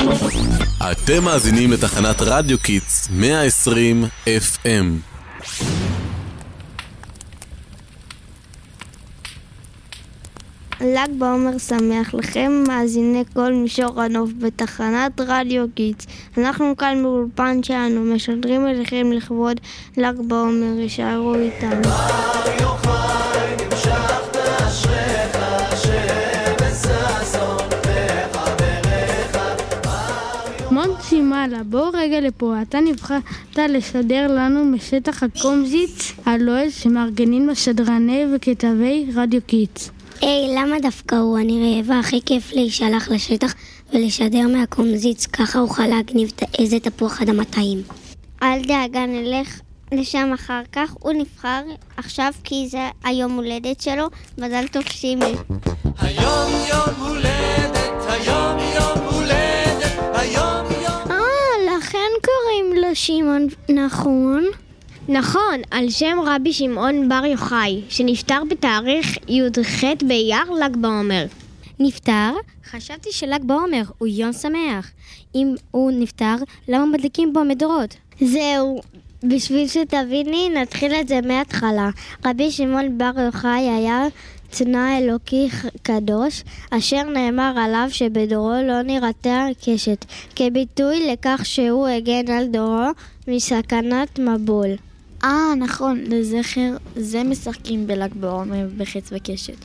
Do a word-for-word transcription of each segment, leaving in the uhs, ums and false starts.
אתם מאזינים לתחנת רדיו קיטס מאה ועשרים אף אם. ל"ג בעומר שמח לכם, מאזיני כל מישור הנוף בתחנת רדיו קיטס. אנחנו כאן באולפן שלנו, משדרים אליכם לכבוד ל"ג בעומר. יישארו איתנו. מונטי מעלה, בואו רגע לפה. אתה נבחרת לשדר לנו משטח הקומזיץ הלועז שמארגנים משדרני וכתבי רדיו קיטס. היי, למה דווקא הוא? אני רעבה, הכי כיף להישלח לשטח ולשדר מהקומזיץ, ככה אוכל להגניב איזה תפוח אדמה טעים. אל דאגה, נלך לשם אחר כך. הוא נבחר עכשיו כי זה היום הולדת שלו. מזל טוב שימי. היום יום הולדת, היום יום הולדת, היום יום... אה, לכן קוראים לו שמעון, נכון? נכון, על שם רבי שמעון בר יוחאי, שנפטר בתאריך י"ח באייר ל"ג בעומר. נפטר? חשבתי של"ג בעומר הוא יום שמח. אם הוא נפטר, למה מדליקים בו מדורות? זהו, בשביל שתביני, נתחיל את זה מההתחלה. רבי שמעון בר יוחאי היה צנע אלוקי קדוש, אשר נאמר עליו שבדורו לא נראתה קשת, כביטוי לכך שהוא הגן על דורו מסכנת מבול. אה, נכון, לזכר זה משחקים בל"ג בעומר בחץ וקשת.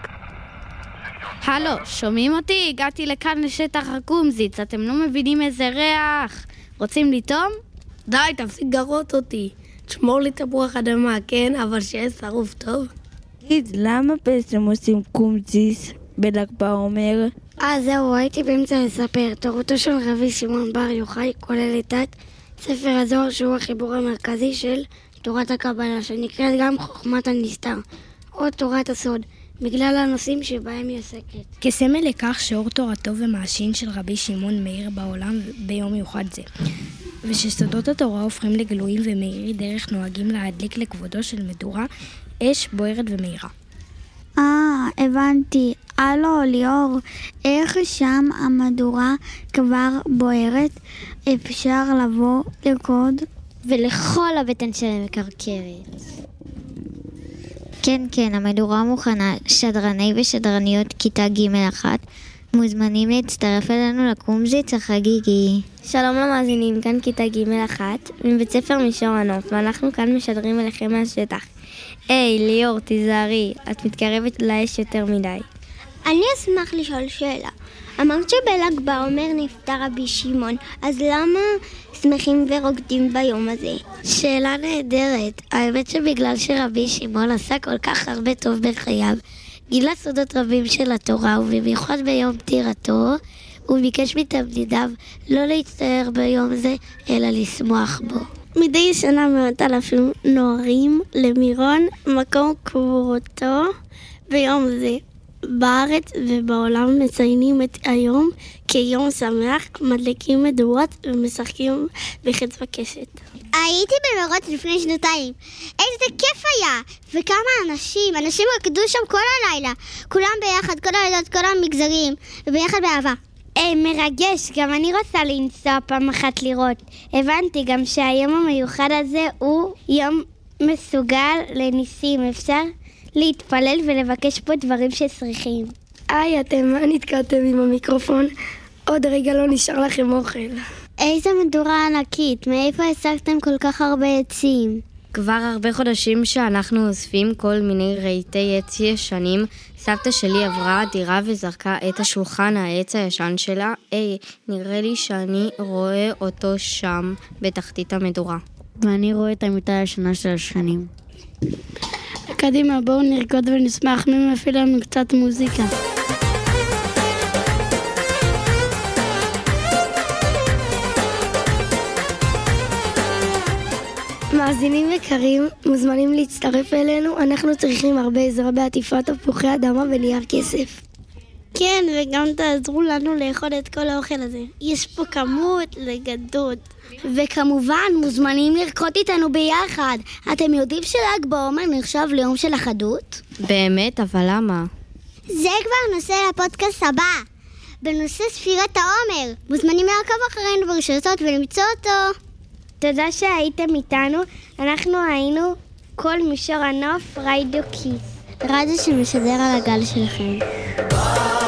הלו, שומעים אותי? הגעתי לכאן לשטח הקומזיץ, אתם לא מבינים איזה ריח. רוצים לטום? די, תפסיק גרות אותי. תשמור לי תפוח אדמה, כן? אבל שיהיה שרוף טוב. תגיד, למה בעצם עושים קומזיץ בל"ג בעומר? אה, זהו, הייתי באמצע לספר. תורתו של רבי שמעון בר יוחאי כולל את ספר הזוהר, שהוא החיבור המרכזי של תורת הקבלה, שנקראת גם חוכמת הנסתר, או תורת הסוד, בגלל הנושאים שבהם היא עוסקת. כסמל לכך שאור תורתו ומעשין של רבי שמעון מאיר בעולם ביום מיוחד זה, ושסודות התורה הופכים לגלויים ומאירי דרך נוהגים להדליק לכבודו של מדורה אש בוערת ומאירה. אה, הבנתי. הלו, ליאור, איך שם המדורה כבר בוערת? אפשר לבוא לקוד ולכל הבטן שלהם מקרקרת. כן, כן, המדורה מוכנה. שדרני ושדרניות כיתה ג' אחת מוזמנים להצטרף אלינו לקומזיץ החגיגי. שלום למאזינים, כאן כיתה ג' אחת מבית ספר מישור הנוף, ואנחנו כאן משדרים אליכם מהשטח. היי, ליאור, תיזהרי, את מתקרבת לאש יותר מדי. אני אשמח לשאול שאלה. אמרת שבל"ג בעומר נפטר רבי שמעון, אז למה שמחים ורוקדים ביום הזה? שאלה נהדרת. האמת שבגלל שרבי שמעון עשה כל כך הרבה טוב בחייו, גילה סודות רבים של התורה, ובמיוחד ביום פטירתו, הוא ביקש מתלמידיו לא להצטער ביום זה, אלא לשמוח בו. מדי שנה מאות אלפים נוהרים למירון, מקום קבורתו, ביום זה. בארץ ובעולם מציינים את היום כיום שמח, מדליקים מדורות ומשחקים בחץ וקשת. הייתי במרוץ לפני שנתיים. איזה כיף היה! וכמה אנשים, אנשים רקדו שם כל הלילה. כולם ביחד, כל העדות, כל המגזרים, וביחד באהבה. היי, מרגש, גם אני רוצה לנסוע פעם אחת לראות. הבנתי גם שהיום המיוחד הזה הוא יום מסוגל לניסים. אפשר להתפלל ולבקש פה דברים שצריכים. היי, אתם, מה נתקעתם עם המיקרופון? עוד רגע לא נשאר לכם אוכל. איזה מדורה ענקית, מאיפה השגתם כל כך הרבה עצים? כבר הרבה חודשים שאנחנו אוספים כל מיני רהיטי עץ ישנים. סבתא שלי עברה דירה וזרקה את השולחן העץ הישן שלה. היי, נראה לי שאני רואה אותו שם בתחתית המדורה. ואני רואה את המיטה הישנה של השכנים. קדימה, בואו נרקוד ונשמח. מי מפעיל לנו קצת מוזיקה? מאזינים יקרים, מוזמנים להצטרף אלינו. אנחנו צריכים הרבה עזרה בעטיפת תפוחי אדמה ונייר כסף. כן, וגם תעזרו לנו לאכול את כל האוכל הזה. יש פה כמות לגדות. וכמובן, מוזמנים לרקוד איתנו ביחד. אתם יודעים של"ג בעומר נחשב ליום של אחדות? באמת, אבל למה? זה כבר נושא לפודקאסט הבא. בנושא ספירת העומר. מוזמנים לעקוב אחרינו ברשתות ולמצוא אותו. תודה שהייתם איתנו. אנחנו היינו כל מישור הנוף רדיו קיס. רדיו שמשדר על הגל שלכם.